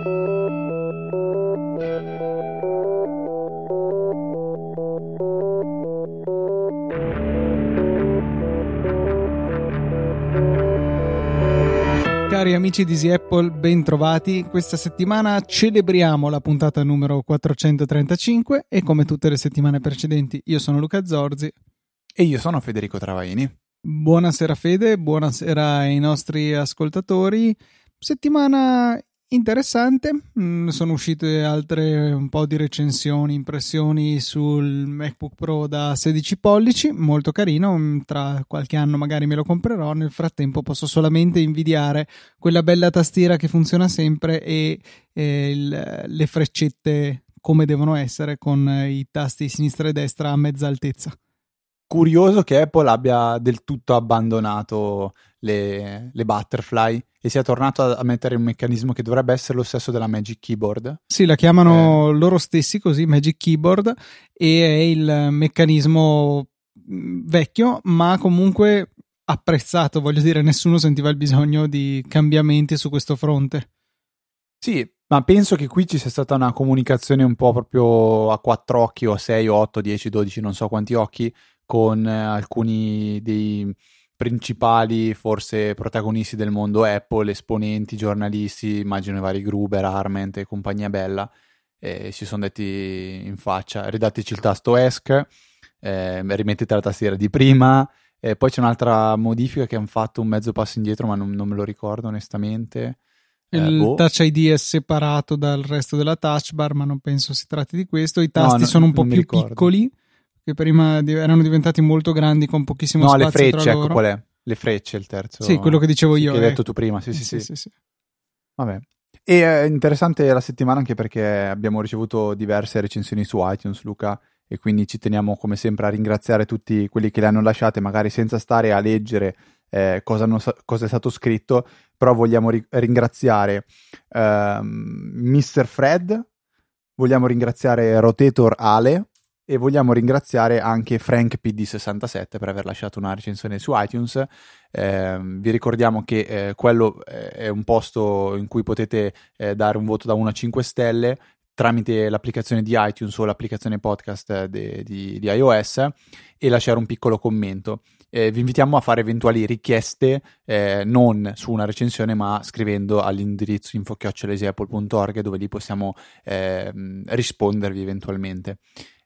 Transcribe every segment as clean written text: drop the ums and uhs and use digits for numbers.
Cari amici di Easy Apple, ben trovati. Questa settimana celebriamo la puntata numero 435 e come tutte le settimane precedenti io sono Luca Zorzi. E io sono Federico Travaini. Buonasera Fede, buonasera ai nostri ascoltatori. Settimana interessante, sono uscite altre un po' di recensioni, impressioni sul MacBook Pro da 16 pollici, molto carino, tra qualche anno magari me lo comprerò, nel frattempo posso solamente invidiare quella bella tastiera che funziona sempre e le freccette come devono essere con i tasti sinistra e destra a mezza altezza. Curioso che Apple abbia del tutto abbandonato le butterfly e sia tornato a mettere un meccanismo che dovrebbe essere lo stesso della Magic Keyboard. Sì, la chiamano loro stessi così, Magic Keyboard, e è il meccanismo vecchio ma comunque apprezzato, voglio dire, nessuno sentiva il bisogno di cambiamenti su questo fronte. Sì, ma penso che qui ci sia stata una comunicazione un po' proprio a 4 occhi o a 6 o 8, 10, 12, non so quanti occhi, con alcuni dei principali forse protagonisti del mondo Apple, esponenti, giornalisti, immagino i vari Gruber, Arment e compagnia bella, si sono detti in faccia: ridateci il tasto ESC, rimettete la tastiera di prima, poi c'è un'altra modifica che hanno fatto un mezzo passo indietro ma non me lo ricordo onestamente. Il Touch ID è separato dal resto della touch bar, ma non penso si tratti di questo. I tasti sono un po' più piccoli, che prima erano diventati molto grandi con pochissimo spazio. No, le frecce, tra loro. Ecco qual è. Le frecce, il terzo. Sì, quello che dicevo io. Che hai detto tu prima, sì. Sì. Vabbè. E è interessante la settimana anche perché abbiamo ricevuto diverse recensioni su iTunes, Luca, e quindi ci teniamo come sempre a ringraziare tutti quelli che le hanno lasciate, magari senza stare a leggere cosa è stato scritto, però vogliamo ringraziare Mr. Fred, vogliamo ringraziare Rotator Ale e vogliamo ringraziare anche Frank PD67 per aver lasciato una recensione su iTunes. Vi ricordiamo che quello è un posto in cui potete dare un voto da 1 a 5 stelle tramite l'applicazione di iTunes o l'applicazione podcast di iOS e lasciare un piccolo commento. Vi invitiamo a fare eventuali richieste non su una recensione ma scrivendo all'indirizzo info@easyapple.org, dove lì possiamo rispondervi eventualmente.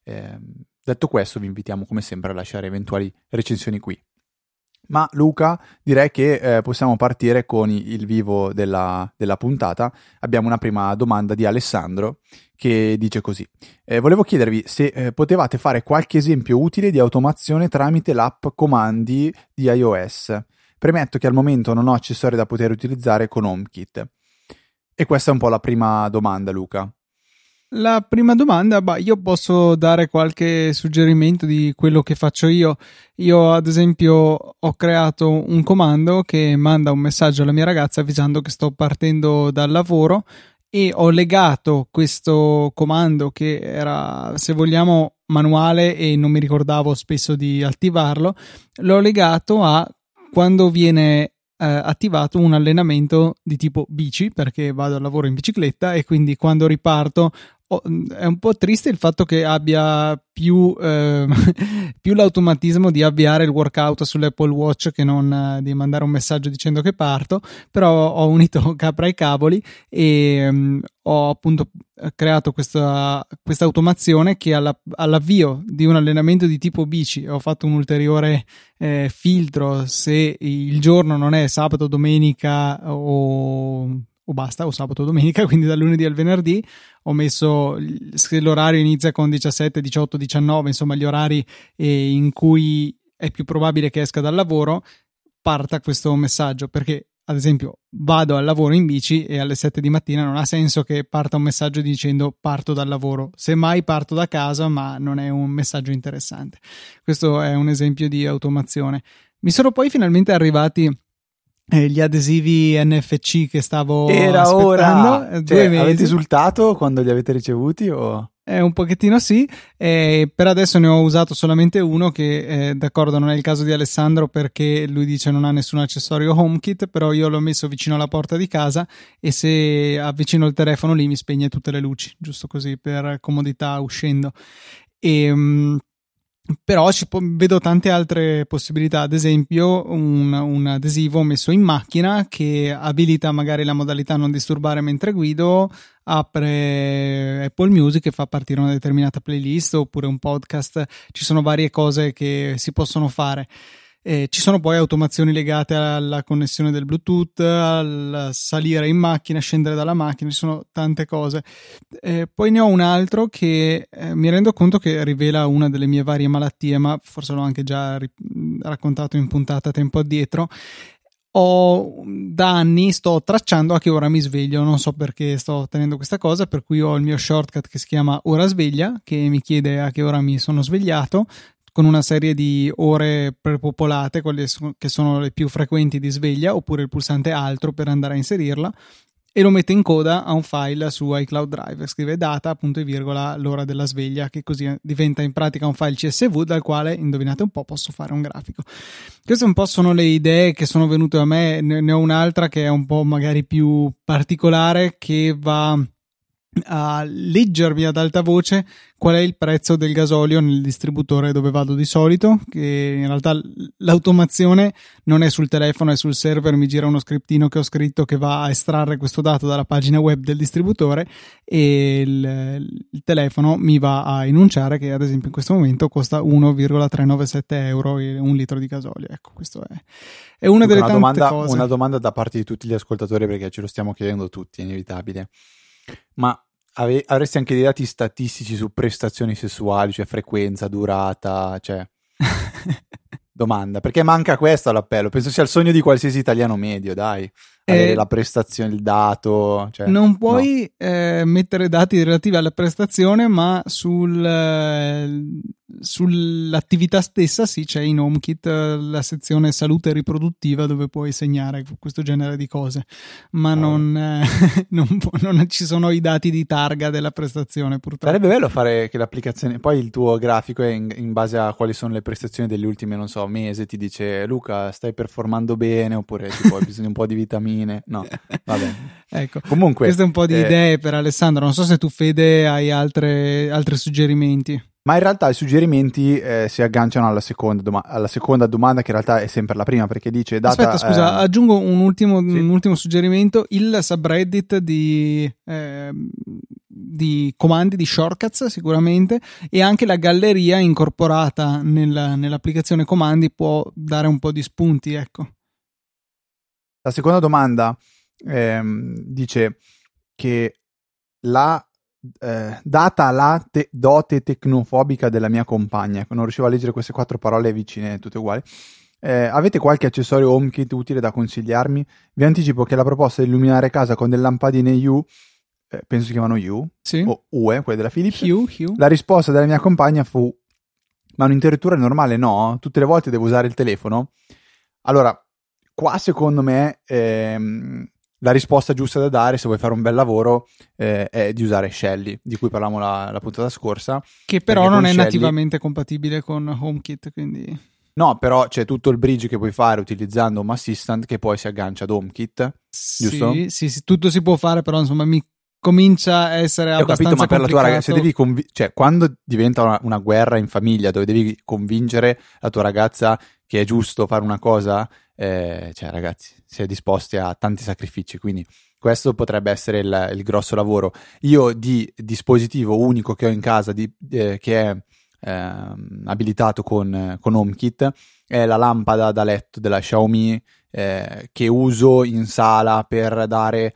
Detto questo, vi invitiamo come sempre a lasciare eventuali recensioni qui. Ma Luca, direi che possiamo partire con il vivo della puntata. Abbiamo una prima domanda di Alessandro che dice così: volevo chiedervi se potevate fare qualche esempio utile di automazione tramite l'app comandi di iOS. Premetto che al momento non ho accessori da poter utilizzare con HomeKit. E questa è un po' la prima domanda, Luca. La prima domanda, io posso dare qualche suggerimento di quello che faccio io. Io ad esempio ho creato un comando che manda un messaggio alla mia ragazza avvisando che sto partendo dal lavoro e ho legato questo comando, che era, se vogliamo, manuale e non mi ricordavo spesso di attivarlo, l'ho legato a quando viene attivato un allenamento di tipo bici, perché vado al lavoro in bicicletta e quindi quando riparto è un po' triste il fatto che abbia più l'automatismo di avviare il workout sull'Apple Watch che non di mandare un messaggio dicendo che parto, però ho unito capra ai cavoli e ho appunto creato questa automazione che all'avvio di un allenamento di tipo bici ho fatto un ulteriore filtro se il giorno non è sabato, domenica o basta, o sabato o domenica, quindi dal lunedì al venerdì ho messo se l'orario inizia con 17, 18, 19, insomma gli orari in cui è più probabile che esca dal lavoro, parta questo messaggio, perché ad esempio vado al lavoro in bici e alle 7 di mattina non ha senso che parta un messaggio dicendo parto dal lavoro, semmai parto da casa, ma non è un messaggio interessante. Questo è un esempio di automazione. Mi sono poi finalmente arrivati gli adesivi NFC che stavo aspettando. Ora! Cioè, avete esultato quando li avete ricevuti o? un pochettino sì, per adesso ne ho usato solamente uno che d'accordo non è il caso di Alessandro perché lui dice non ha nessun accessorio HomeKit, però io l'ho messo vicino alla porta di casa e se avvicino il telefono lì mi spegne tutte le luci, giusto così per comodità uscendo. Però vedo tante altre possibilità, ad esempio un adesivo messo in macchina che abilita magari la modalità non disturbare mentre guido, apre Apple Music e fa partire una determinata playlist oppure un podcast. Ci sono varie cose che si possono fare. Ci sono poi automazioni legate alla connessione del Bluetooth, al salire in macchina, scendere dalla macchina, ci sono tante cose. Poi ne ho un altro che mi rendo conto che rivela una delle mie varie malattie, ma forse l'ho anche già raccontato in puntata tempo addietro. Da anni sto tracciando a che ora mi sveglio, non so perché sto ottenendo questa cosa, per cui ho il mio shortcut che si chiama ora sveglia, che mi chiede a che ora mi sono svegliato, con una serie di ore prepopolate, quelle che sono le più frequenti di sveglia, oppure il pulsante altro per andare a inserirla, e lo mette in coda a un file su iCloud Drive, scrive data, punto e virgola, l'ora della sveglia, che così diventa in pratica un file CSV dal quale, indovinate un po', posso fare un grafico. Queste un po' sono le idee che sono venute a me, ne ho un'altra che è un po' magari più particolare, che va a leggermi ad alta voce qual è il prezzo del gasolio nel distributore dove vado di solito, che in realtà l'automazione non è sul telefono, è sul server, mi gira uno scriptino che ho scritto che va a estrarre questo dato dalla pagina web del distributore e il telefono mi va a enunciare che ad esempio in questo momento costa 1,397 euro un litro di gasolio. Ecco, questo è una delle tante cose. Una domanda da parte di tutti gli ascoltatori, perché ce lo stiamo chiedendo tutti, è inevitabile. Ma avresti anche dei dati statistici su prestazioni sessuali, cioè frequenza, durata, cioè domanda, perché manca questo all'appello, penso sia il sogno di qualsiasi italiano medio, dai, avere la prestazione, il dato, cioè, non puoi mettere dati relativi alla prestazione, ma sull'attività stessa sì, c'è in HomeKit la sezione salute riproduttiva dove puoi segnare questo genere di cose, ma non ci sono i dati di targa della prestazione, purtroppo. Sarebbe bello fare che l'applicazione, poi il tuo grafico è in base a quali sono le prestazioni degli ultimi, non so, mesi, ti dice Luca stai performando bene, oppure tipo hai bisogno un po' di vitamine, no, va bene. Ecco, comunque questo è un po' di idee per Alessandro, non so se tu Fede hai altri suggerimenti. Ma in realtà i suggerimenti si agganciano alla seconda domanda, che in realtà è sempre la prima, perché dice data... Aspetta, scusa, aggiungo sì? un ultimo suggerimento, il subreddit di comandi, di shortcuts sicuramente, e anche la galleria incorporata nell'applicazione comandi può dare un po' di spunti, ecco. La seconda domanda dice che data la dote tecnofobica della mia compagna, non riuscivo a leggere queste 4 parole vicine, tutte uguali. Avete qualche accessorio HomeKit utile da consigliarmi? Vi anticipo che la proposta di illuminare casa con delle lampadine U, penso si chiamano U, sì, o UE, quelle della Philips. Hue. La risposta della mia compagna fu: ma un interruttore normale no? Tutte le volte devo usare il telefono? Allora, qua secondo me la risposta giusta da dare, se vuoi fare un bel lavoro, è di usare Shelly, di cui parlavamo la puntata scorsa. Che però non è nativamente compatibile con HomeKit, quindi... No, però c'è tutto il bridge che puoi fare utilizzando Home Assistant che poi si aggancia ad HomeKit, giusto? Sì, tutto si può fare, però insomma mi comincia a essere abbastanza complicato. Ma per la tua ragazza, se devi cioè quando diventa una guerra in famiglia dove devi convincere la tua ragazza che è giusto fare una cosa, cioè ragazzi, si è disposti a tanti sacrifici, quindi questo potrebbe essere il grosso lavoro. Io di dispositivo unico che ho in casa che è abilitato con HomeKit è la lampada da letto della Xiaomi, che uso in sala per dare...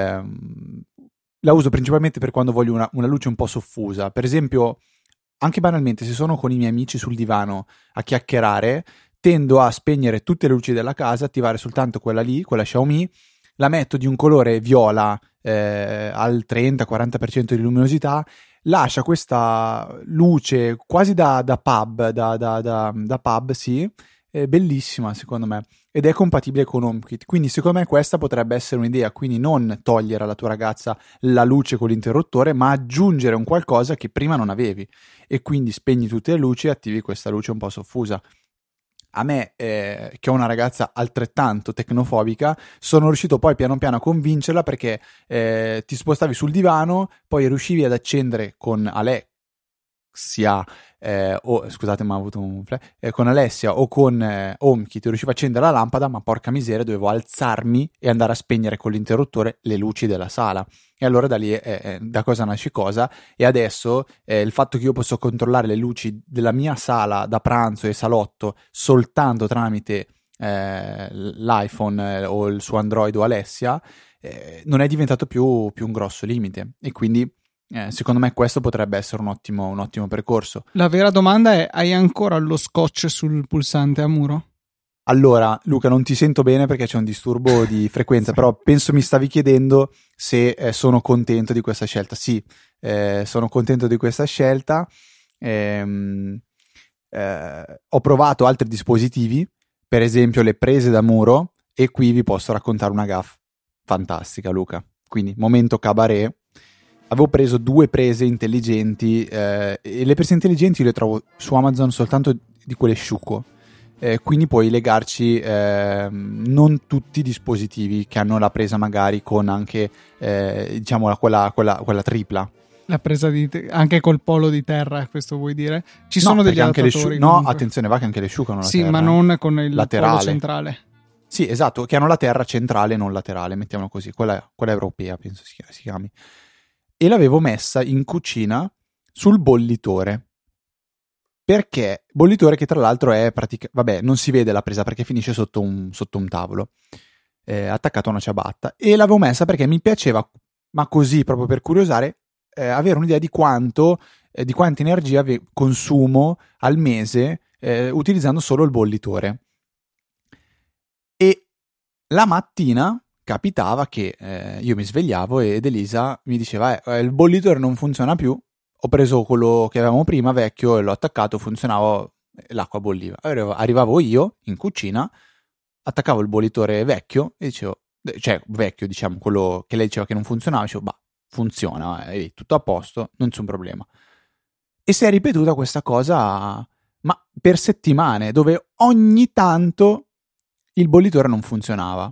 la uso principalmente per quando voglio una luce un po' soffusa. Per esempio, anche banalmente, se sono con i miei amici sul divano a chiacchierare, tendo a spegnere tutte le luci della casa, attivare soltanto quella lì, quella Xiaomi, la metto di un colore viola al 30-40% di luminosità, lascia questa luce quasi da pub, da pub, sì, bellissima secondo me, ed è compatibile con HomeKit, quindi secondo me questa potrebbe essere un'idea, quindi non togliere alla tua ragazza la luce con l'interruttore, ma aggiungere un qualcosa che prima non avevi, e quindi spegni tutte le luci e attivi questa luce un po' soffusa. A me, che ho una ragazza altrettanto tecnofobica, sono riuscito poi piano piano a convincerla, perché ti spostavi sul divano, poi riuscivi ad accendere con Alexia, scusate, ma ho avuto un con Alessia o con HomeKit, riuscivo a accendere la lampada, ma porca miseria, dovevo alzarmi e andare a spegnere con l'interruttore le luci della sala. E allora da lì da cosa nasce cosa, e adesso il fatto che io posso controllare le luci della mia sala da pranzo e salotto soltanto tramite l'iPhone o il suo Android o Alessia, non è diventato più un grosso limite, e quindi secondo me questo potrebbe essere un ottimo percorso. La vera domanda è: hai ancora lo scotch sul pulsante a muro? Allora, Luca, non ti sento bene perché c'è un disturbo di frequenza, però penso mi stavi chiedendo se sono contento di questa scelta. Sì, sono contento di questa scelta. Ho provato altri dispositivi, per esempio le prese da muro, e qui vi posso raccontare una gaffe fantastica, Luca. Quindi, momento cabaret. Avevo preso 2 prese intelligenti, e le prese intelligenti io le trovo su Amazon soltanto di quelle Sciuco. Quindi puoi legarci non tutti i dispositivi che hanno la presa magari con anche diciamo quella tripla. La presa anche col polo di terra, questo vuoi dire? Ci sono degli adattatori. No, attenzione, va che anche le Sciuco hanno la terra. Sì, ma non con il laterale. polo centrale. Sì, esatto, che hanno la terra centrale, non laterale, mettiamolo così, quella europea penso si chiami. E l'avevo messa in cucina sul bollitore. Perché? Bollitore che tra l'altro è vabbè, non si vede la presa perché finisce sotto un tavolo, attaccato a una ciabatta, e l'avevo messa perché mi piaceva, ma così proprio per curiosare, avere un'idea di quanto, di quanta energia consumo al mese utilizzando solo il bollitore. E la mattina capitava che io mi svegliavo ed Elisa mi diceva il bollitore non funziona più. Ho preso quello che avevamo prima, vecchio, e l'ho attaccato, funzionava, l'acqua bolliva. Arrivavo io in cucina, attaccavo il bollitore vecchio e dicevo, cioè vecchio, diciamo, quello che lei diceva che non funzionava, dicevo, bah, funziona, è tutto a posto, non c'è un problema. E si è ripetuta questa cosa, ma per settimane, dove ogni tanto il bollitore non funzionava.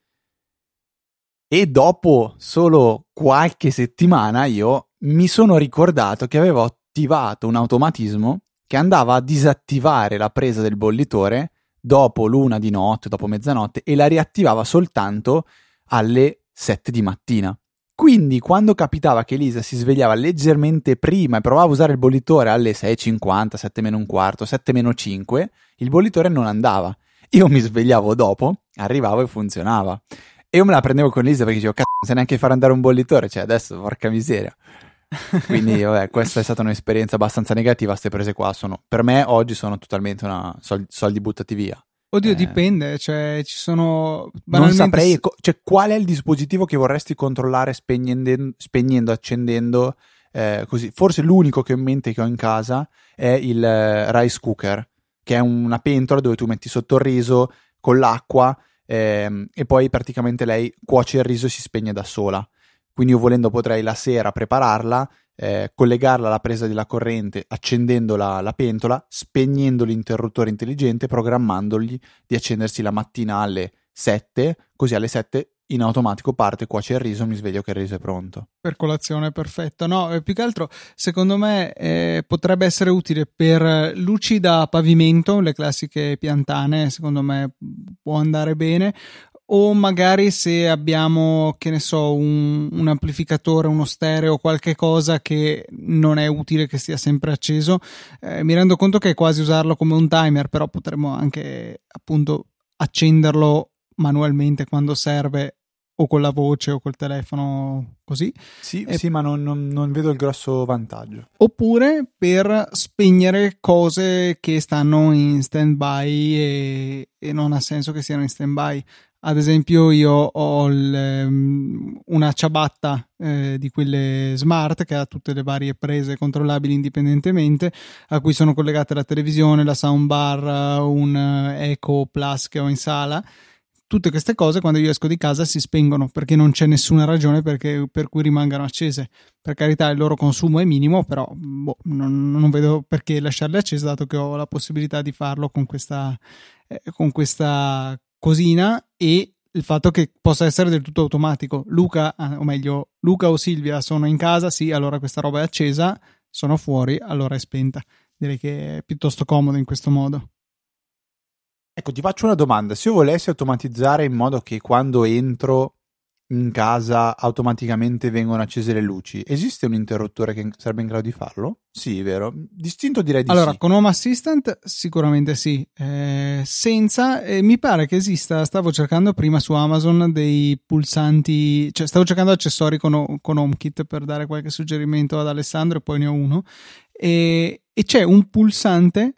E dopo solo qualche settimana io mi sono ricordato che avevo attivato un automatismo che andava a disattivare la presa del bollitore dopo l'1 di notte, dopo mezzanotte, e la riattivava soltanto alle 7 di mattina. Quindi quando capitava che Elisa si svegliava leggermente prima e provava a usare il bollitore alle 6:50, 7 meno un quarto, 7 meno 5, il bollitore non andava. Io mi svegliavo dopo, arrivavo e funzionava. E io me la prendevo con Elisa perché dicevo, cazzo, non sai neanche far andare un bollitore, cioè adesso, porca miseria. Quindi, vabbè, questa è stata un'esperienza abbastanza negativa. Queste prese qua per me oggi sono totalmente soldi buttati via. Oddio, dipende, cioè ci sono... Non saprei, cioè qual è il dispositivo che vorresti controllare spegnendo, accendendo, così. Forse l'unico che ho in mente che ho in casa è il rice cooker, che è una pentola dove tu metti sotto il riso con l'acqua, e poi praticamente lei cuoce il riso e si spegne da sola. Quindi io volendo potrei la sera prepararla, collegarla alla presa della corrente, accendendo la pentola, spegnendo l'interruttore intelligente, programmandogli di accendersi la mattina alle 7, così alle 7 in automatico parte, cuoce il riso, mi sveglio che il riso è pronto. Per colazione, perfetto. No, più che altro secondo me potrebbe essere utile per luci da pavimento, le classiche piantane, secondo me può andare bene. O magari se abbiamo, che ne so, un amplificatore, uno stereo, qualche cosa che non è utile che sia sempre acceso, mi rendo conto che è quasi usarlo come un timer, però potremmo anche appunto accenderlo manualmente quando serve, o con la voce o col telefono, così. Sì, ma non vedo il grosso vantaggio. Oppure per spegnere cose che stanno in stand by e non ha senso che siano in stand by. Ad esempio io ho una ciabatta di quelle smart che ha tutte le varie prese controllabili indipendentemente, a cui sono collegate la televisione, la soundbar, un Echo Plus che ho in sala. Tutte queste cose quando io esco di casa si spengono perché non c'è nessuna ragione per cui rimangano accese. Per carità il loro consumo è minimo, però non vedo perché lasciarle accese dato che ho la possibilità di farlo con questa cosina e il fatto che possa essere del tutto automatico. Luca o Silvia sono in casa, sì, allora questa roba è accesa, sono fuori, allora è spenta. Direi che è piuttosto comodo in questo modo. Ecco, ti faccio una domanda. Se io volessi automatizzare in modo che quando entro in casa automaticamente vengono accese le luci, esiste un interruttore che sarebbe in grado di farlo? Sì, vero? Distinto direi di allora, sì. con Home Assistant sicuramente sì. Senza, mi pare che esista, stavo cercando prima su Amazon dei pulsanti, cioè stavo cercando accessori con HomeKit per dare qualche suggerimento ad Alessandro e poi ne ho uno. E c'è un pulsante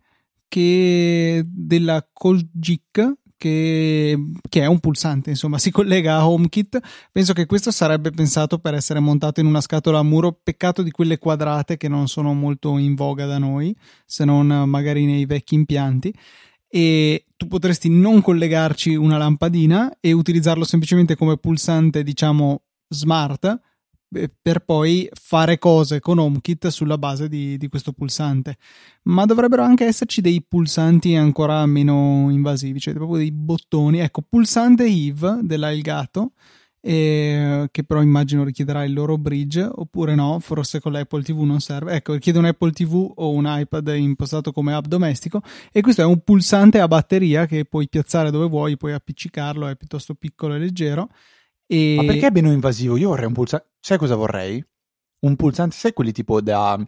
della Colgic che è un pulsante, insomma, si collega a HomeKit. Penso che questo sarebbe pensato per essere montato in una scatola a muro, peccato di quelle quadrate che non sono molto in voga da noi, se non magari nei vecchi impianti. E tu potresti non collegarci una lampadina e utilizzarlo semplicemente come pulsante, diciamo, smart, per poi fare cose con HomeKit sulla base di questo pulsante. Ma dovrebbero anche esserci dei pulsanti ancora meno invasivi, cioè proprio dei bottoni. Ecco, pulsante Eve della Elgato, che però immagino richiederà il loro bridge, oppure no, forse con l'Apple TV non serve. Ecco, richiede un Apple TV o un iPad impostato come hub domestico, e questo è un pulsante a batteria che puoi piazzare dove vuoi, puoi appiccicarlo, è piuttosto piccolo e leggero. Ma perché è meno invasivo? Io vorrei un pulsante. Sai cosa vorrei? Un pulsante, sai quelli tipo da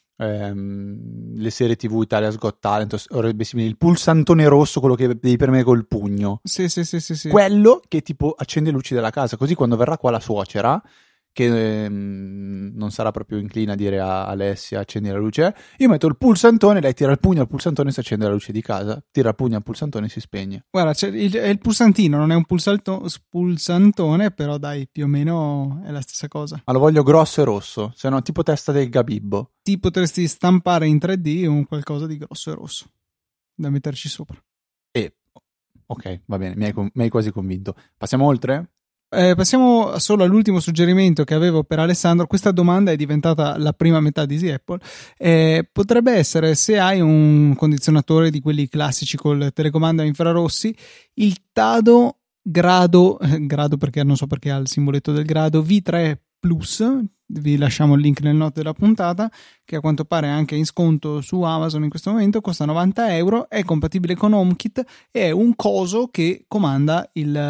le serie TV Italia's Got Talent o robe simili, il pulsantone rosso, quello che devi premere col pugno. Sì, sì, sì, sì, sì. Quello che tipo accende le luci della casa, così quando verrà qua la suocera, che non sarà proprio inclina a dire a Alessia accendi la luce, io metto il pulsantone, lei tira il pugno al pulsantone e si accende la luce di casa, tira il pugno al pulsantone e si spegne. Guarda, è il pulsantino, non è un pulsantone, però dai, più o meno è la stessa cosa. Ma lo voglio grosso e rosso, se no tipo testa del Gabibbo. Ti potresti stampare in 3D un qualcosa di grosso e rosso da metterci sopra. Ok, va bene, mi hai quasi convinto. Passiamo oltre? Passiamo solo all'ultimo suggerimento che avevo per Alessandro. Questa domanda è diventata la prima metà di Easy Apple. Potrebbe essere, se hai un condizionatore di quelli classici col telecomando a infrarossi, il Tado grado perché non so perché ha il simboletto del grado V3 Plus. Vi lasciamo il link nel note della puntata, che a quanto pare è anche in sconto su Amazon in questo momento, costa 90 euro, è compatibile con HomeKit e è un coso che comanda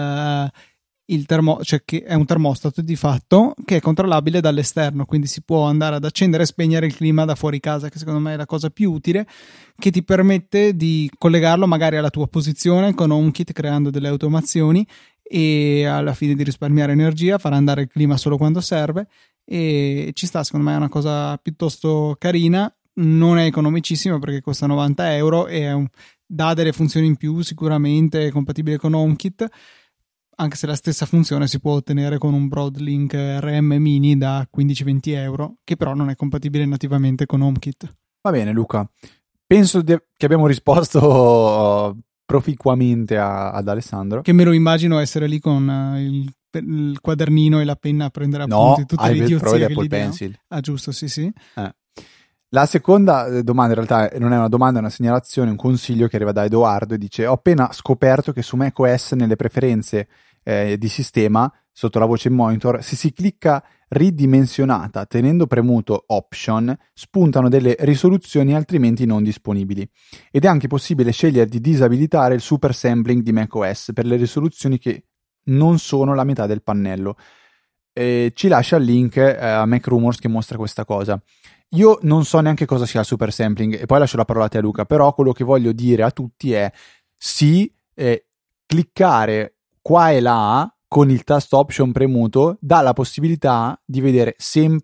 cioè che è un termostato di fatto che è controllabile dall'esterno, quindi si può andare ad accendere e spegnere il clima da fuori casa, che secondo me è la cosa più utile, che ti permette di collegarlo magari alla tua posizione con HomeKit, creando delle automazioni e alla fine di risparmiare energia, far andare il clima solo quando serve, e ci sta. Secondo me è una cosa piuttosto carina, non è economicissima perché costa 90 euro e dà delle funzioni in più, sicuramente è compatibile con HomeKit, anche se la stessa funzione si può ottenere con un Broadlink RM mini da 15-20 euro, che però non è compatibile nativamente con HomeKit. Va bene Luca, penso che abbiamo risposto proficuamente ad Alessandro. Che me lo immagino essere lì con il quadernino e la penna a prendere appunti, tutte le idiozie che gli diamo. Ah, giusto, sì, sì. La seconda domanda in realtà non è una domanda, è una segnalazione, un consiglio che arriva da Edoardo e dice: ho appena scoperto che su macOS nelle preferenze di sistema, sotto la voce monitor, se si clicca ridimensionata tenendo premuto option, spuntano delle risoluzioni altrimenti non disponibili, ed è anche possibile scegliere di disabilitare il super sampling di macOS per le risoluzioni che non sono la metà del pannello. Ci lascia il link a MacRumors che mostra questa cosa. Io non so neanche cosa sia il super sampling e poi lascio la parola a te Luca, però quello che voglio dire a tutti è sì, cliccare qua e là con il tasto option premuto dà la possibilità di vedere sempre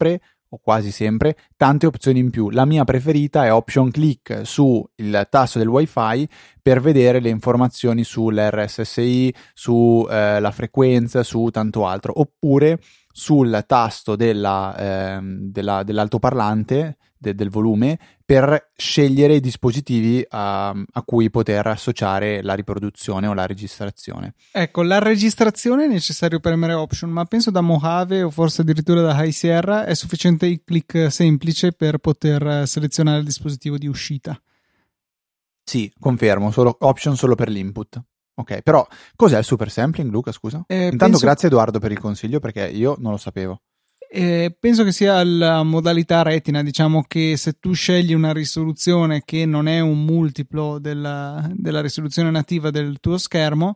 o quasi sempre, tante opzioni in più. La mia preferita è option click sul tasto del wifi per vedere le informazioni sull'RSSI, su la frequenza, su tanto altro, oppure sul tasto dell'altoparlante, del volume, per scegliere i dispositivi a cui poter associare la riproduzione o la registrazione. Ecco, la registrazione è necessario premere option, ma penso da Mojave o forse addirittura da High Sierra è sufficiente il click semplice per poter selezionare il dispositivo di uscita. Sì, confermo, option solo per l'input. Ok, però cos'è il super sampling, Luca, scusa? Intanto grazie Edoardo per il consiglio, perché io non lo sapevo. Penso che sia la modalità retina, diciamo che se tu scegli una risoluzione che non è un multiplo della risoluzione nativa del tuo schermo,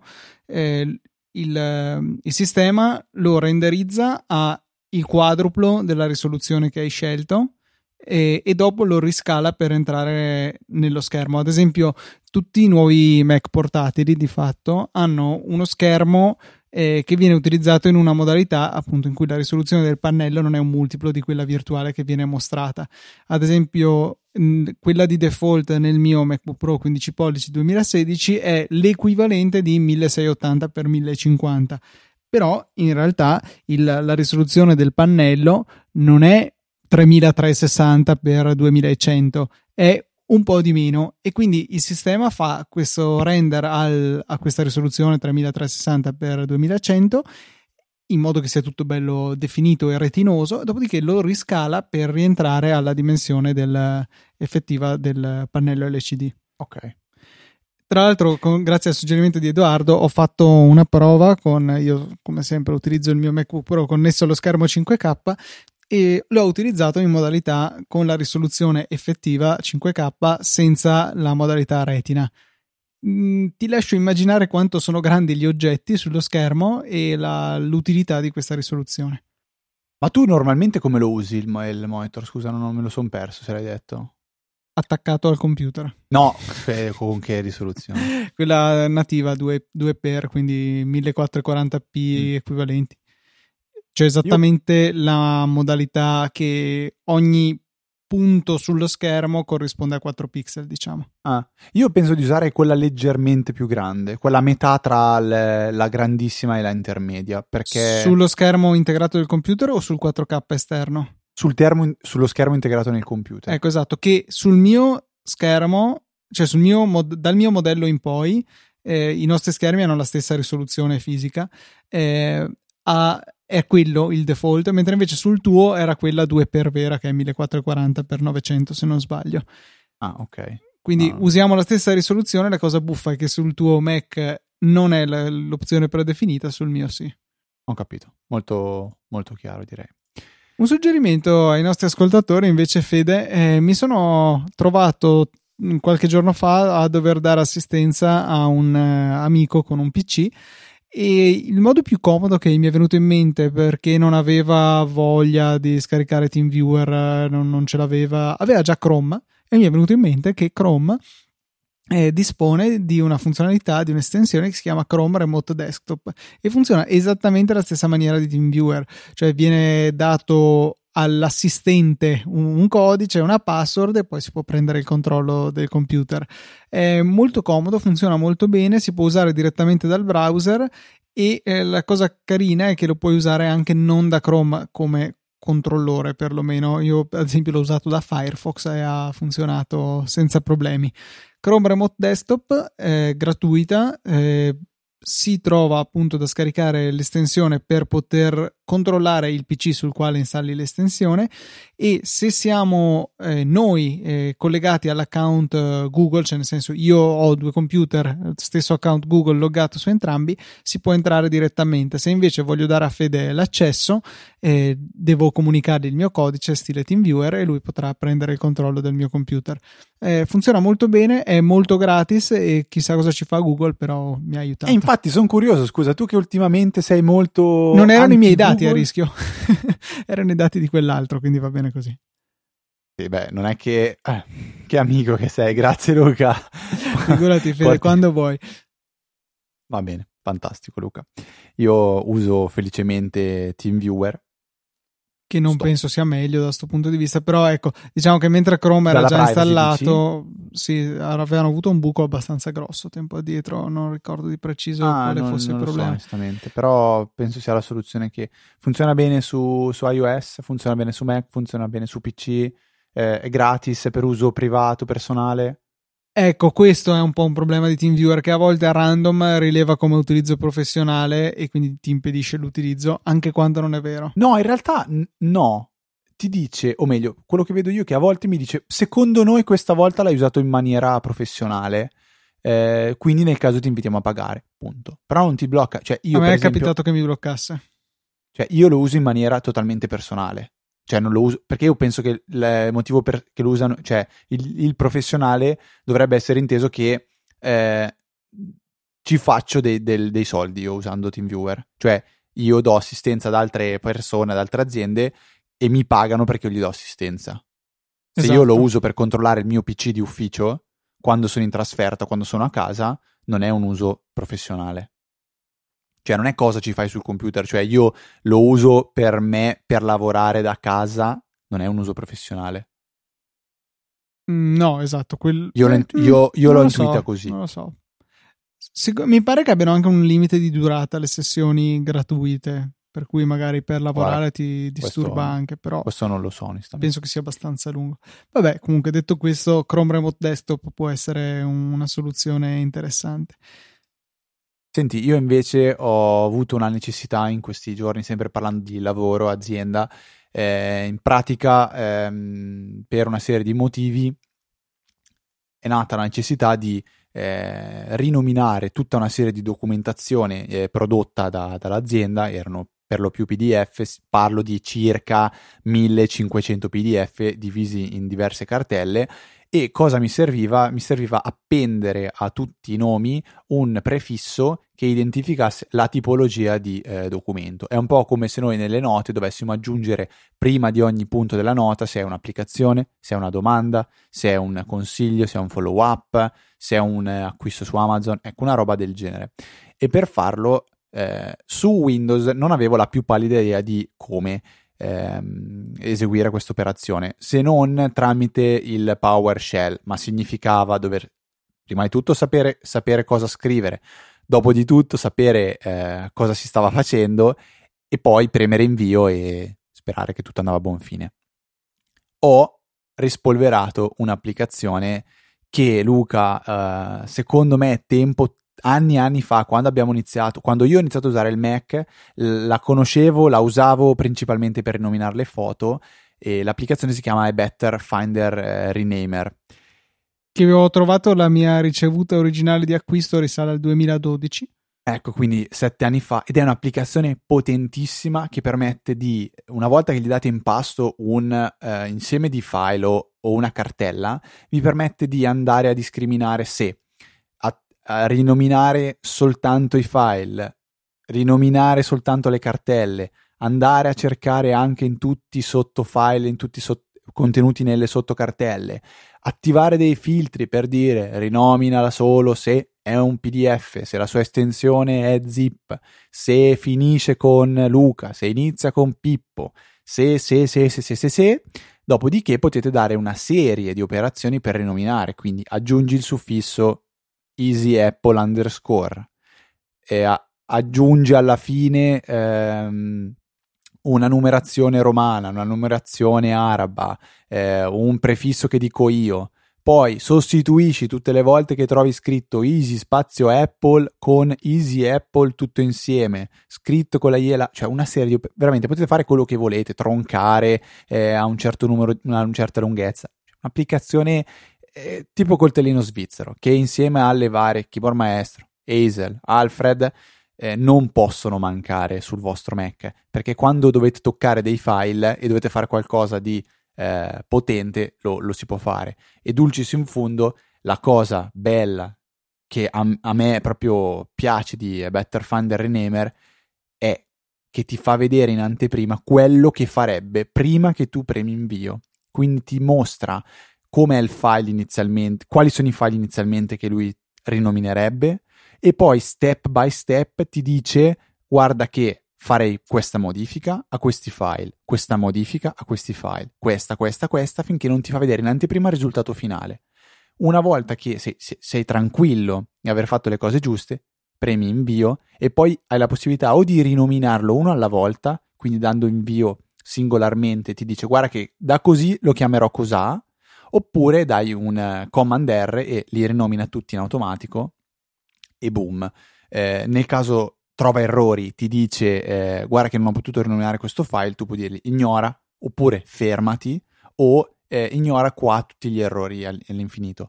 il sistema lo renderizza a il quadruplo della risoluzione che hai scelto e dopo lo riscala per entrare nello schermo. Ad esempio, tutti i nuovi Mac portatili di fatto hanno uno schermo che viene utilizzato in una modalità appunto in cui la risoluzione del pannello non è un multiplo di quella virtuale che viene mostrata. Ad esempio, quella di default nel mio MacBook Pro 15 pollici 2016 è l'equivalente di 1680x1050, però in realtà la risoluzione del pannello non è 3360x2100, è un po' di meno, e quindi il sistema fa questo render a questa risoluzione 3360x2100 in modo che sia tutto bello definito e retinoso, dopodiché lo riscala per rientrare alla dimensione effettiva del pannello LCD. Ok. Tra l'altro, grazie al suggerimento di Edoardo, ho fatto una prova io come sempre utilizzo il mio MacBook Pro connesso allo schermo 5K e l'ho utilizzato in modalità con la risoluzione effettiva 5K senza la modalità retina. Ti lascio immaginare quanto sono grandi gli oggetti sullo schermo e l'utilità di questa risoluzione. Ma tu normalmente come lo usi il monitor? Scusa, non me lo son perso, se l'hai detto. Attaccato al computer. No, con che risoluzione? Quella nativa 2x, quindi 1440p equivalenti. Cioè esattamente la modalità che ogni punto sullo schermo corrisponde a 4 pixel, diciamo. Io penso di usare quella leggermente più grande, quella a metà tra la grandissima e la intermedia, perché... Sullo schermo integrato del computer o sul 4K esterno? Sullo schermo integrato nel computer. Ecco, esatto, che sul mio schermo, cioè dal mio modello in poi, i nostri schermi hanno la stessa risoluzione fisica, è quello il default, mentre invece sul tuo era quella 2x vera, che è 1440x900 se non sbaglio. Ok. Quindi usiamo la stessa risoluzione. La cosa buffa è che sul tuo Mac non è l'opzione predefinita, sul mio sì. Ho capito, molto, molto chiaro, direi. Un suggerimento ai nostri ascoltatori invece, Fede, mi sono trovato qualche giorno fa a dover dare assistenza a un amico con un PC, e il modo più comodo che mi è venuto in mente, perché non aveva voglia di scaricare TeamViewer, non ce l'aveva, aveva già Chrome, e mi è venuto in mente che Chrome dispone di una funzionalità, di un'estensione che si chiama Chrome Remote Desktop, e funziona esattamente alla stessa maniera di TeamViewer, cioè viene dato all'assistente un codice, una password, e poi si può prendere il controllo del computer. È molto comodo, funziona molto bene, si può usare direttamente dal browser, e la cosa carina è che lo puoi usare anche non da Chrome come controllore, perlomeno io ad esempio l'ho usato da Firefox e ha funzionato senza problemi. Chrome Remote Desktop è gratuita, si trova appunto da scaricare l'estensione per poter controllare il PC sul quale installi l'estensione, e se siamo noi collegati all'account Google, cioè nel senso io ho due computer, stesso account Google loggato su entrambi, si può entrare direttamente. Se invece voglio dare a Fede l'accesso, devo comunicargli il mio codice stile TeamViewer e lui potrà prendere il controllo del mio computer. Funziona molto bene, è molto gratis e chissà cosa ci fa Google, però mi ha aiutato. Infatti sono curioso, scusa, tu che ultimamente sei molto... Non erano i miei dati a rischio, erano i dati di quell'altro, quindi va bene così. Sì, beh, non è che... che amico che sei, grazie Luca. Figurati Fede, quando vuoi. Va bene, fantastico Luca. Io uso felicemente TeamViewer. che non penso sia meglio da questo punto di vista, però ecco, diciamo che mentre Chrome era già installato, sì, avevano avuto un buco abbastanza grosso tempo addietro, non ricordo di preciso quale fosse il problema. So, onestamente, però penso sia la soluzione che funziona bene su iOS, funziona bene su Mac, funziona bene su PC, è gratis, è per uso privato, personale. Ecco, questo è un po' un problema di TeamViewer, che a volte a random rileva come utilizzo professionale e quindi ti impedisce l'utilizzo anche quando non è vero. No, in realtà no, ti dice, o meglio, quello che vedo io che a volte mi dice secondo noi questa volta l'hai usato in maniera professionale, quindi nel caso ti invitiamo a pagare, punto. Però non ti blocca, cioè io a me per è esempio, capitato che mi bloccasse. Cioè io lo uso in maniera totalmente personale. Cioè non lo uso perché io penso che il motivo per che lo usano, cioè il professionale dovrebbe essere inteso che ci faccio dei soldi io usando TeamViewer, cioè io do assistenza ad altre persone, ad altre aziende e mi pagano perché io gli do assistenza. Se io lo uso per controllare il mio PC di ufficio quando sono in trasferta, quando sono a casa, non è un uso professionale. Cioè non è cosa ci fai sul computer, cioè io lo uso per me, per lavorare da casa, non è un uso professionale. No, esatto. Io l'ho intuita così. Non lo so. Mi pare che abbiano anche un limite di durata le sessioni gratuite, per cui magari per lavorare ti disturba anche, però questo non lo so onestamente. Penso che sia abbastanza lungo. Vabbè, comunque detto questo, Chrome Remote Desktop può essere una soluzione interessante. Senti, io invece ho avuto una necessità in questi giorni, sempre parlando di lavoro, azienda, in pratica per una serie di motivi è nata la necessità di rinominare tutta una serie di documentazione prodotta dall'azienda, erano per lo più PDF, parlo di circa 1500 PDF divisi in diverse cartelle. E cosa mi serviva? Mi serviva appendere a tutti i nomi un prefisso che identificasse la tipologia di documento. È un po' come se noi nelle note dovessimo aggiungere prima di ogni punto della nota se è un'applicazione, se è una domanda, se è un consiglio, se è un follow up, se è un acquisto su Amazon, ecco una roba del genere. E per farlo su Windows non avevo la più pallida idea di come eseguire questa operazione, se non tramite il PowerShell, ma significava dover prima di tutto sapere cosa scrivere, dopo di tutto sapere cosa si stava facendo e poi premere invio e sperare che tutto andava a buon fine. Ho rispolverato un'applicazione che Luca, secondo me anni fa, quando io ho iniziato a usare il Mac, la conoscevo, la usavo principalmente per rinominare le foto e l'applicazione si chiama Better Finder Renamer. Che avevo trovato la mia ricevuta originale di acquisto risale al 2012. Ecco, quindi 7 anni fa, ed è un'applicazione potentissima che permette di, una volta che gli date in pasto un insieme di file o una cartella, vi permette di andare a discriminare se a rinominare soltanto i file, rinominare soltanto le cartelle, andare a cercare anche in tutti i sottofile, in tutti i contenuti nelle sottocartelle, attivare dei filtri per dire rinominala solo se è un PDF, se la sua estensione è zip, se finisce con Luca, se inizia con Pippo, se, dopodiché potete dare una serie di operazioni per rinominare, quindi aggiungi il suffisso easy apple underscore e aggiungi alla fine una numerazione romana, una numerazione araba, un prefisso che dico io, poi sostituisci tutte le volte che trovi scritto easy spazio apple con easy apple tutto insieme, scritto con la iela, cioè una serie di, veramente potete fare quello che volete, troncare a un certo numero, a una certa lunghezza, un'applicazione tipo coltellino svizzero, che insieme alle varie keyboard maestro, Hazel, Alfred, non possono mancare sul vostro Mac, perché quando dovete toccare dei file e dovete fare qualcosa di potente, lo si può fare. E dulcis in fundo, la cosa bella che a me proprio piace di Better Finder Renamer è che ti fa vedere in anteprima quello che farebbe prima che tu premi invio, quindi ti mostra come è il file inizialmente, quali sono i file inizialmente che lui rinominerebbe, e poi step by step ti dice guarda che farei questa modifica a questi file, questa modifica a questi file, questa, finché non ti fa vedere in anteprima il risultato finale. Una volta che sei tranquillo di aver fatto le cose giuste, premi invio e poi hai la possibilità o di rinominarlo uno alla volta, quindi dando invio singolarmente ti dice guarda che da così lo chiamerò cosà, oppure dai un command R e li rinomina tutti in automatico e boom. Nel caso trova errori, ti dice guarda che non ho potuto rinominare questo file, tu puoi dirgli ignora, oppure fermati, o ignora qua tutti gli errori all'infinito.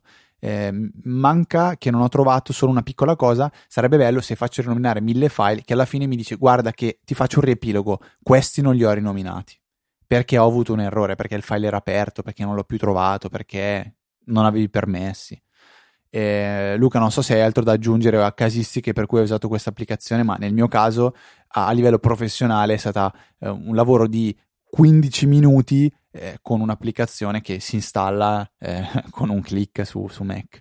Manca che non ho trovato solo una piccola cosa. Sarebbe bello se faccio rinominare 1000 file che alla fine mi dice guarda che ti faccio un riepilogo, questi non li ho rinominati perché ho avuto un errore, perché il file era aperto, perché non l'ho più trovato, perché non avevi permessi. Luca, non so se hai altro da aggiungere a casistiche per cui hai usato questa applicazione, ma nel mio caso a livello professionale è stata un lavoro di 15 minuti con un'applicazione che si installa con un click su Mac.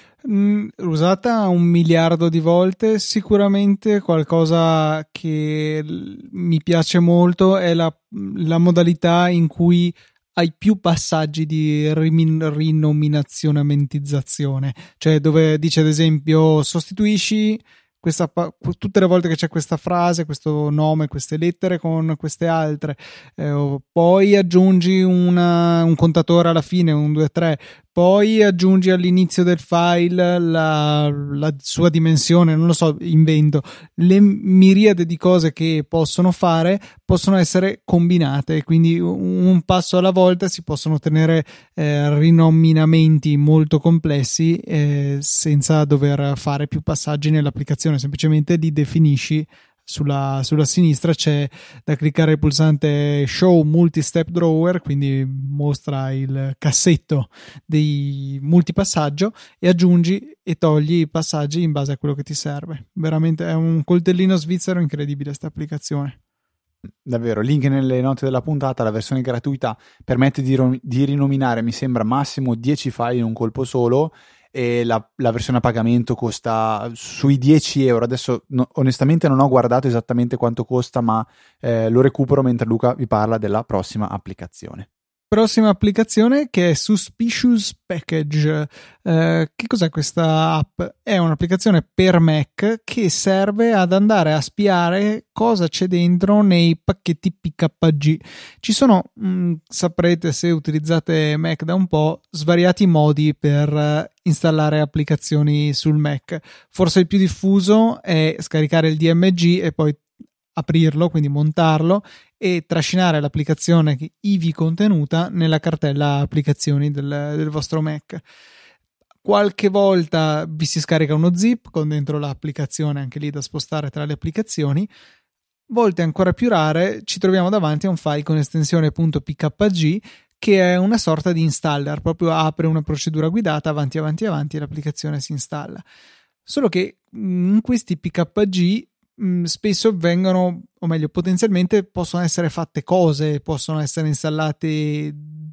Usata 1 miliardo di volte, sicuramente qualcosa che mi piace molto è la modalità in cui hai più passaggi di rinominazionamentizzazione, cioè dove dice ad esempio sostituisci tutte le volte che c'è questa frase, questo nome, queste lettere con queste altre, poi aggiungi un contatore alla fine, 1, 2, 3, poi aggiungi all'inizio del file la sua dimensione, non lo so, invento. Le miriade di cose che possono fare possono essere combinate, quindi un passo alla volta si possono ottenere rinominamenti molto complessi senza dover fare più passaggi nell'applicazione, semplicemente li definisci. Sulla sinistra c'è da cliccare il pulsante Show Multi-Step Drawer, quindi mostra il cassetto dei multipassaggio, e aggiungi e togli i passaggi in base a quello che ti serve. Veramente è un coltellino svizzero incredibile sta applicazione. Davvero, link nelle note della puntata. La versione gratuita permette di rinominare, mi sembra, massimo 10 file in un colpo solo, e la versione a pagamento costa sui 10 euro. Adesso onestamente non ho guardato esattamente quanto costa, ma lo recupero mentre Luca vi parla della prossima applicazione. Prossima applicazione, che è Suspicious Package. Che cos'è questa app? È un'applicazione per Mac che serve ad andare a spiare cosa c'è dentro nei pacchetti PKG. Ci sono, saprete se utilizzate Mac da un po', svariati modi per installare applicazioni sul Mac. Forse il più diffuso è scaricare il DMG e poi aprirlo, quindi montarlo e trascinare l'applicazione ivi contenuta nella cartella applicazioni del vostro Mac. Qualche volta vi si scarica uno zip con dentro l'applicazione, anche lì da spostare tra le applicazioni. Volte ancora più rare ci troviamo davanti a un file con estensione .pkg che è una sorta di installer, proprio apre una procedura guidata avanti e l'applicazione si installa. Solo che in questi PKG spesso vengono, o meglio potenzialmente possono essere fatte cose, possono essere installati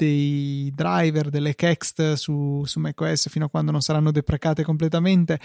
dei driver, delle Kext su macOS fino a quando non saranno deprecate completamente.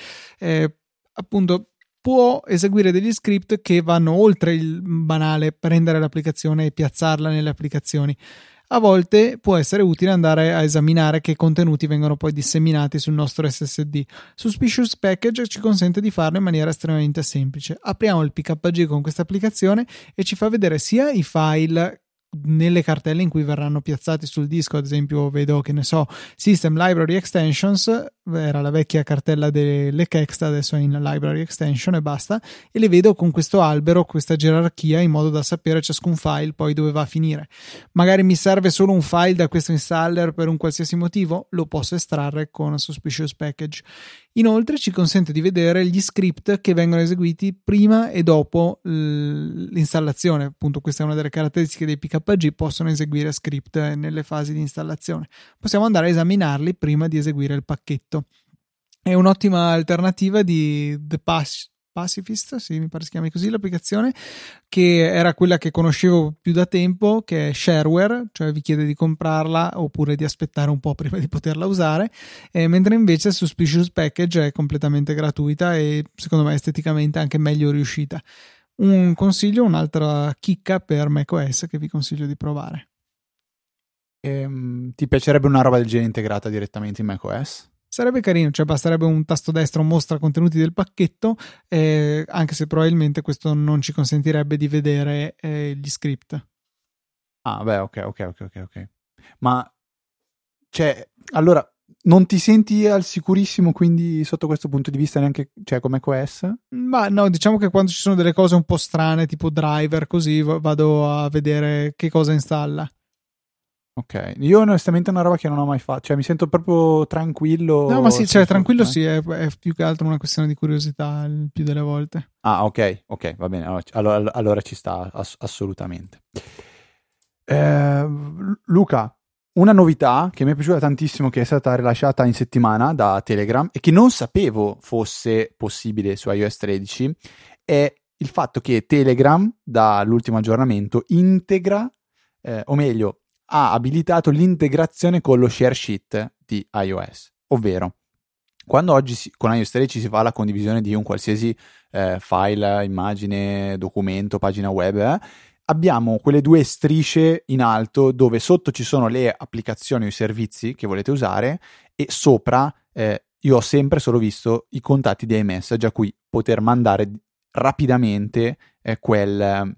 Appunto può eseguire degli script che vanno oltre il banale prendere l'applicazione e piazzarla nelle applicazioni. A volte può essere utile andare a esaminare che contenuti vengono poi disseminati sul nostro SSD. Suspicious Package ci consente di farlo in maniera estremamente semplice. Apriamo il PKG con questa applicazione e ci fa vedere sia i file nelle cartelle in cui verranno piazzati sul disco. Ad esempio vedo, che ne so, System Library Extensions, era la vecchia cartella delle Kext, adesso è in Library Extension e basta, e le vedo con questo albero, questa gerarchia, in modo da sapere ciascun file poi dove va a finire. Magari mi serve solo un file da questo installer per un qualsiasi motivo, lo posso estrarre con Suspicious Package. Inoltre ci consente di vedere gli script che vengono eseguiti prima e dopo l'installazione. Appunto, questa è una delle caratteristiche dei PKG, possono eseguire script nelle fasi di installazione. Possiamo andare a esaminarli prima di eseguire il pacchetto. È un'ottima alternativa di The Pacifist, sì, mi pare si chiami così l'applicazione, che era quella che conoscevo più da tempo, che è shareware, cioè vi chiede di comprarla oppure di aspettare un po' prima di poterla usare, mentre invece Suspicious Package è completamente gratuita e secondo me esteticamente anche meglio riuscita. un consiglio, un'altra chicca per macOS che vi consiglio di provare. Ti piacerebbe una roba del genere integrata direttamente in macOS? Sarebbe carino, cioè basterebbe un tasto destro mostra contenuti del pacchetto, anche se probabilmente questo non ci consentirebbe di vedere gli script. Ah, beh, ok. Ma, cioè, allora, non ti senti al sicurissimo, quindi, sotto questo punto di vista, neanche, cioè, come macOS? Ma no, diciamo che quando ci sono delle cose un po' strane, tipo driver, così, vado a vedere che cosa installa. Ok, io onestamente è una roba che non ho mai fatto, cioè mi sento proprio tranquillo. No, ma sì, cioè, tranquillo sì, è più che altro una questione di curiosità il più delle volte. Ah, ok, va bene, allora ci sta assolutamente. Luca, una novità che mi è piaciuta tantissimo, che è stata rilasciata in settimana da Telegram e che non sapevo fosse possibile su iOS 13, è il fatto che Telegram, dall'ultimo aggiornamento, integra, o meglio, ha abilitato l'integrazione con lo share sheet di iOS, ovvero quando oggi con iOS 13 si fa la condivisione di un qualsiasi file, immagine, documento, pagina web, abbiamo quelle due strisce in alto dove sotto ci sono le applicazioni o i servizi che volete usare e sopra io ho sempre solo visto i contatti di iMessage a cui poter mandare rapidamente quel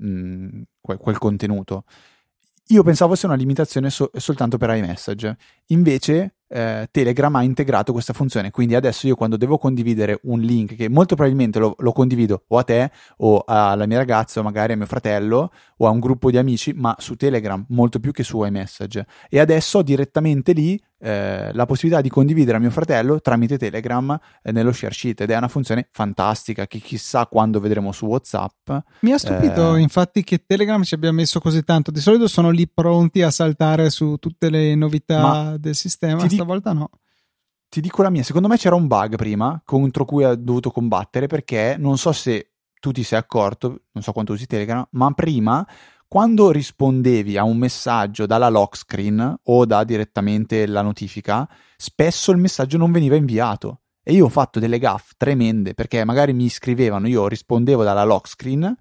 contenuto. Io pensavo fosse una limitazione soltanto per iMessage, invece Telegram ha integrato questa funzione, quindi adesso io quando devo condividere un link, che molto probabilmente lo condivido o a te o alla mia ragazza o magari a mio fratello o a un gruppo di amici, ma su Telegram molto più che su iMessage, e adesso ho direttamente lì la possibilità di condividere a mio fratello tramite Telegram nello share sheet, ed è una funzione fantastica che chissà quando vedremo su WhatsApp. Mi ha stupito infatti che Telegram ci abbia messo così tanto. Di solito sono lì pronti a saltare su tutte le novità del sistema, stavolta no. Ti dico la mia, secondo me c'era un bug prima contro cui ha dovuto combattere, perché non so se tu ti sei accorto, non so quanto usi Telegram, ma prima quando rispondevi a un messaggio dalla lock screen o da direttamente la notifica, spesso il messaggio non veniva inviato. E io ho fatto delle gaffe tremende, perché magari mi scrivevano, io rispondevo dalla lock screen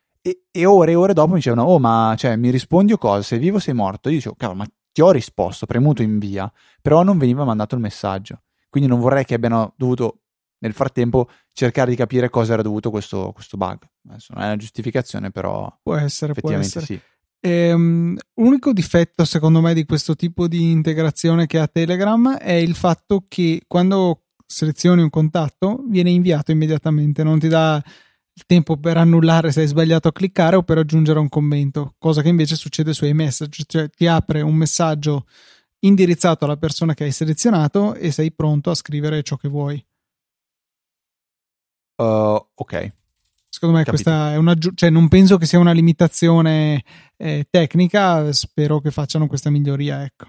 e ore e ore dopo mi dicevano: oh, ma cioè, mi rispondi o cosa? Sei vivo o sei morto? Io dicevo: cavolo, ma ti ho risposto, premuto invia, però non veniva mandato il messaggio. Quindi non vorrei che abbiano dovuto nel frattempo cercare di capire cosa era dovuto questo bug. Adesso non è una giustificazione, però può essere, effettivamente sì. L'unico difetto secondo me di questo tipo di integrazione che ha Telegram è il fatto che quando selezioni un contatto viene inviato immediatamente, non ti dà il tempo per annullare se hai sbagliato a cliccare o per aggiungere un commento, cosa che invece succede su iMessage, cioè ti apre un messaggio indirizzato alla persona che hai selezionato e sei pronto a scrivere ciò che vuoi. Ok. Secondo me questa è cioè non penso che sia una limitazione tecnica, spero che facciano questa miglioria, ecco.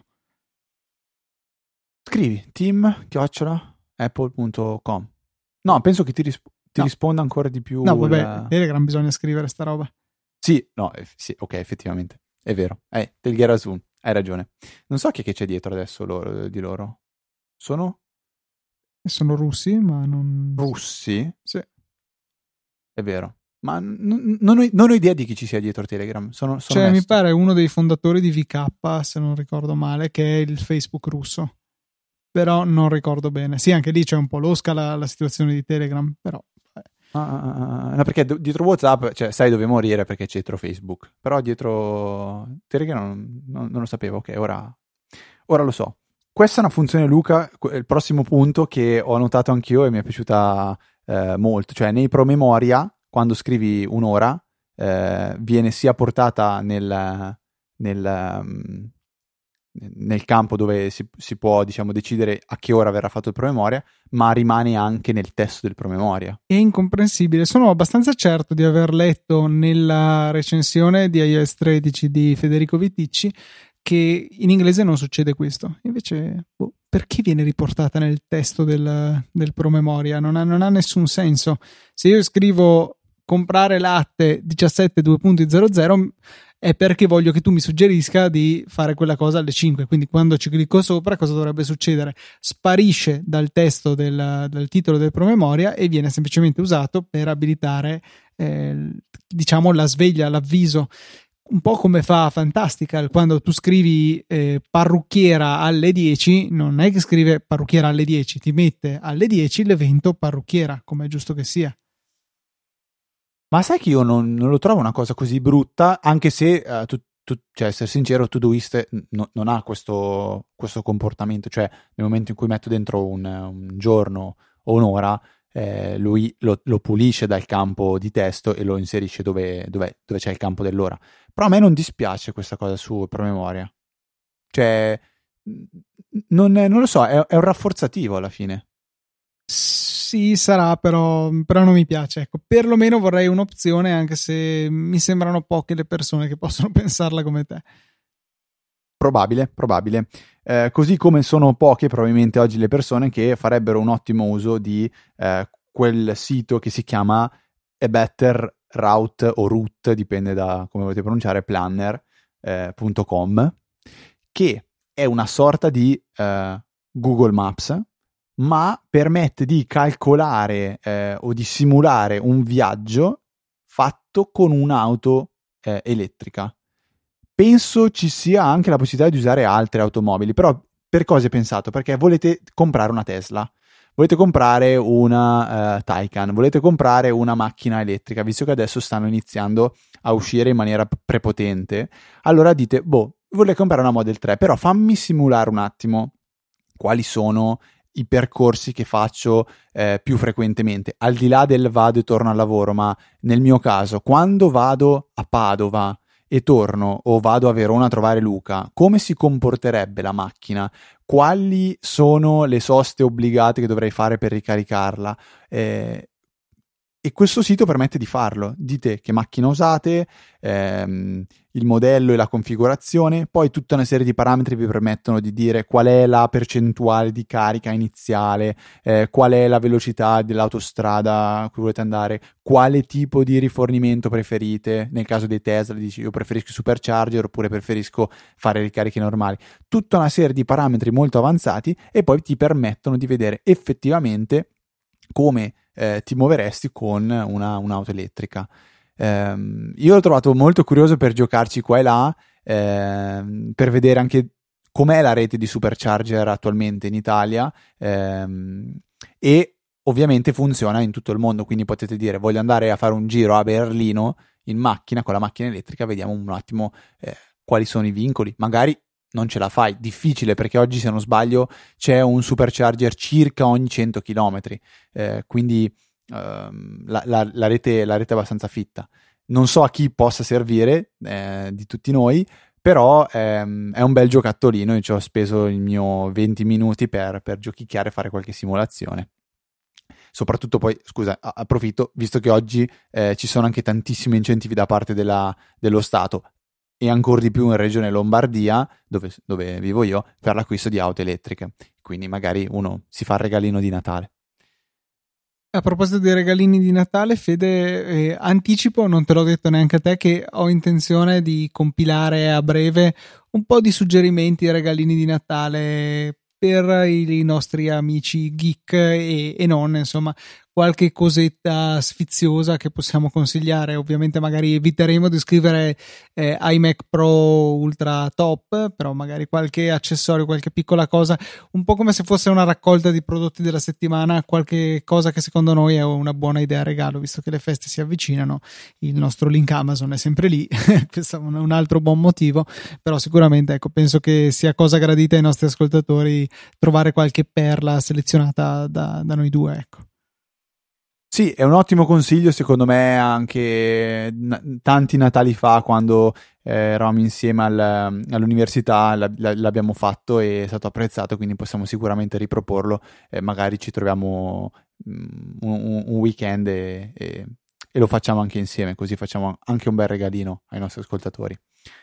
Scrivi team@apple.com. No, penso che ti risponda ancora di più. No, vabbè, Telegram bisogna scrivere sta roba. Sì, no, sì, ok, effettivamente, è vero. Telgherasun, hai ragione. Non so chi è che c'è dietro adesso di loro. Sono russi, ma non... Russi? Sì. È vero. Ma non ho idea di chi ci sia dietro Telegram. Sono cioè, onesto. mi pare uno dei fondatori di VK, se non ricordo male, che è il Facebook russo. Però non ricordo bene. Sì, anche lì c'è un po' losca la situazione di Telegram, però... No, perché dietro WhatsApp, cioè, sai dove morire perché c'è dietro Facebook. Però dietro Telegram non lo sapevo. Ok, ora lo so. Questa è una funzione, Luca, il prossimo punto che ho notato anch'io e mi è piaciuta molto. Cioè, nei promemoria, quando scrivi un'ora, viene sia portata nel campo dove si può, diciamo, decidere a che ora verrà fatto il promemoria, ma rimane anche nel testo del promemoria. È incomprensibile. Sono abbastanza certo di aver letto nella recensione di iOS 13 di Federico Viticci che in inglese non succede questo. Invece, perché viene riportata nel testo del promemoria? Non ha nessun senso. Se io scrivo comprare latte 17.2.00 è perché voglio che tu mi suggerisca di fare quella cosa alle 5, quindi quando ci clicco sopra cosa dovrebbe succedere? Sparisce dal testo del titolo del promemoria e viene semplicemente usato per abilitare diciamo la sveglia, l'avviso, un po' come fa Fantastical quando tu scrivi parrucchiera alle 10, non è che scrive parrucchiera alle 10, ti mette alle 10 l'evento parrucchiera, come è giusto che sia. Ma sai che io non lo trovo una cosa così brutta, anche se cioè, essere sincero, Todoist non ha questo comportamento, cioè nel momento in cui metto dentro un giorno o un'ora, lui lo pulisce dal campo di testo e lo inserisce dove c'è il campo dell'ora. Però a me non dispiace questa cosa su promemoria, cioè non lo so, è un rafforzativo alla fine. Sì, sarà, però non mi piace. Ecco, perlomeno vorrei un'opzione, anche se mi sembrano poche le persone che possono pensarla come te. Probabile. Così come sono poche probabilmente oggi le persone che farebbero un ottimo uso di quel sito che si chiama A Better Route o Route, dipende da come volete pronunciare, planner.com, che è una sorta di Google Maps, ma permette di calcolare o di simulare un viaggio fatto con un'auto elettrica. Penso ci sia anche la possibilità di usare altre automobili, però per cosa è pensato? Perché volete comprare una Tesla, volete comprare una Taycan, volete comprare una macchina elettrica, visto che adesso stanno iniziando a uscire in maniera prepotente, allora dite, vorrei comprare una Model 3, però fammi simulare un attimo quali sono i percorsi che faccio più frequentemente, al di là del vado e torno al lavoro, ma nel mio caso, quando vado a Padova e torno o vado a Verona a trovare Luca, come si comporterebbe la macchina? Quali sono le soste obbligate che dovrei fare per ricaricarla? E questo sito permette di farlo. Dite che macchina usate, il modello e la configurazione, poi tutta una serie di parametri vi permettono di dire qual è la percentuale di carica iniziale, qual è la velocità dell'autostrada a cui volete andare, quale tipo di rifornimento preferite. Nel caso dei Tesla dici io preferisco supercharger oppure preferisco fare ricariche normali. Tutta una serie di parametri molto avanzati e poi ti permettono di vedere effettivamente come ti muoveresti con un'auto elettrica. Io l'ho trovato molto curioso per giocarci qua e là, per vedere anche com'è la rete di supercharger attualmente in Italia, e ovviamente funziona in tutto il mondo, quindi potete dire voglio andare a fare un giro a Berlino in macchina con la macchina elettrica, vediamo un attimo quali sono i vincoli, magari non ce la fai, difficile perché oggi se non sbaglio c'è un supercharger circa ogni 100 km, quindi la rete è abbastanza fitta. Non so a chi possa servire di tutti noi, però è un bel giocattolino. Io ci ho speso il mio 20 minuti per giochicchiare e fare qualche simulazione. Soprattutto poi, scusa, approfitto, visto che oggi ci sono anche tantissimi incentivi da parte dello Stato e ancora di più in regione Lombardia, dove vivo io, per l'acquisto di auto elettriche. Quindi magari uno si fa il regalino di Natale. A proposito dei regalini di Natale, Fede, anticipo, non te l'ho detto neanche a te, che ho intenzione di compilare a breve un po' di suggerimenti, regalini di Natale per i nostri amici geek e non, insomma, qualche cosetta sfiziosa che possiamo consigliare. Ovviamente magari eviteremo di scrivere iMac Pro Ultra Top, però magari qualche accessorio, qualche piccola cosa, un po' come se fosse una raccolta di prodotti della settimana, qualche cosa che secondo noi è una buona idea regalo, visto che le feste si avvicinano. Il nostro link Amazon è sempre lì, questo è un altro buon motivo, però sicuramente ecco, penso che sia cosa gradita ai nostri ascoltatori trovare qualche perla selezionata da noi due, ecco. Sì, è un ottimo consiglio secondo me anche tanti Natali fa quando eravamo insieme all'università l'abbiamo fatto e è stato apprezzato, quindi possiamo sicuramente riproporlo, magari ci troviamo un weekend e lo facciamo anche insieme, così facciamo anche un bel regalino ai nostri ascoltatori.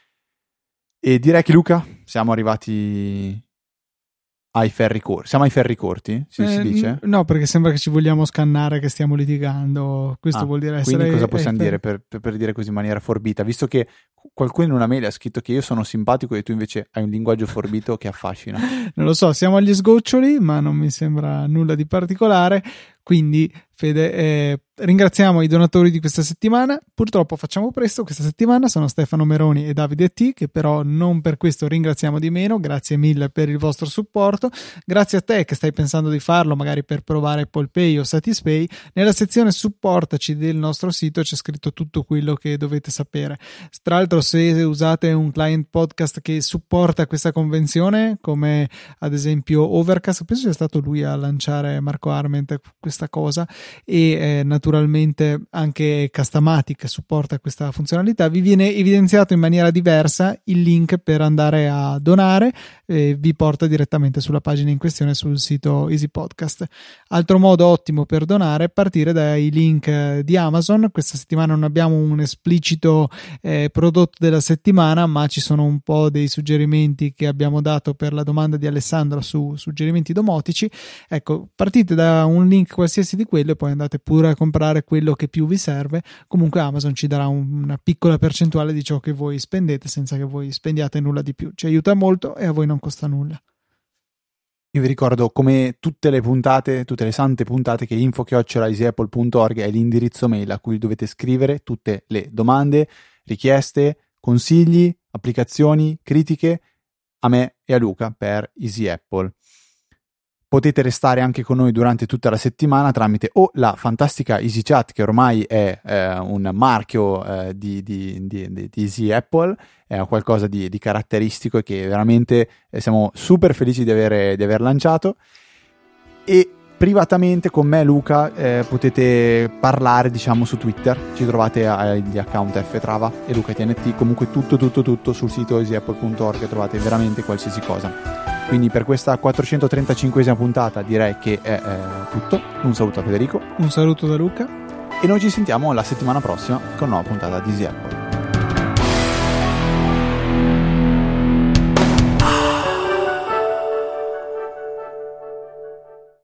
E direi che Luca, siamo arrivati ai ferri corti. Siamo ai ferri corti? Si dice? No, perché sembra che ci vogliamo scannare, che stiamo litigando. Questo vuol dire essere. Quindi cosa possiamo dire per dire così in maniera forbita? Visto che qualcuno in una mail ha scritto che io sono simpatico e tu invece hai un linguaggio forbito che affascina. Non lo so, siamo agli sgoccioli, ma non mi sembra nulla di particolare. Quindi, Fede, ringraziamo i donatori di questa settimana. Purtroppo facciamo presto questa settimana, sono Stefano Meroni e Davide T, che però non per questo ringraziamo di meno. Grazie mille per il vostro supporto. Grazie a te che stai pensando di farlo, magari per provare Apple Pay o Satispay. Nella sezione supportaci del nostro sito c'è scritto tutto quello che dovete sapere. Tra l'altro, se usate un client podcast che supporta questa convenzione, come ad esempio Overcast, penso sia stato lui a lanciare, Marco Arment, questa cosa, e naturalmente anche Castamatic supporta questa funzionalità, vi viene evidenziato in maniera diversa il link per andare a donare, vi porta direttamente sulla pagina in questione sul sito Easy Podcast. Altro modo ottimo per donare è partire dai link di Amazon. Questa settimana non abbiamo un esplicito prodotto della settimana, ma ci sono un po' dei suggerimenti che abbiamo dato per la domanda di Alessandra su suggerimenti domotici. Ecco, partite da un link qualsiasi di quello e poi andate pure a comprare quello che più vi serve. Comunque Amazon ci darà una piccola percentuale di ciò che voi spendete senza che voi spendiate nulla di più. Ci aiuta molto e a voi non costa nulla. Io vi ricordo, come tutte le puntate, tutte le sante puntate, che info@easyapple.org è l'indirizzo mail a cui dovete scrivere tutte le domande, richieste, consigli, applicazioni, critiche a me e a Luca per Easy Apple. Potete restare anche con noi durante tutta la settimana tramite o la fantastica EasyChat, che ormai è un marchio di Easy Apple, è qualcosa di caratteristico e che veramente siamo super felici di aver lanciato. E privatamente con me e Luca potete parlare, diciamo, su Twitter, ci trovate agli account ftrava e LucaTNT, comunque tutto sul sito easyapple.org trovate veramente qualsiasi cosa. Quindi per questa 435esima puntata direi che è tutto. Un saluto a Federico, un saluto da Luca e noi ci sentiamo la settimana prossima con una nuova puntata di Easy Apple.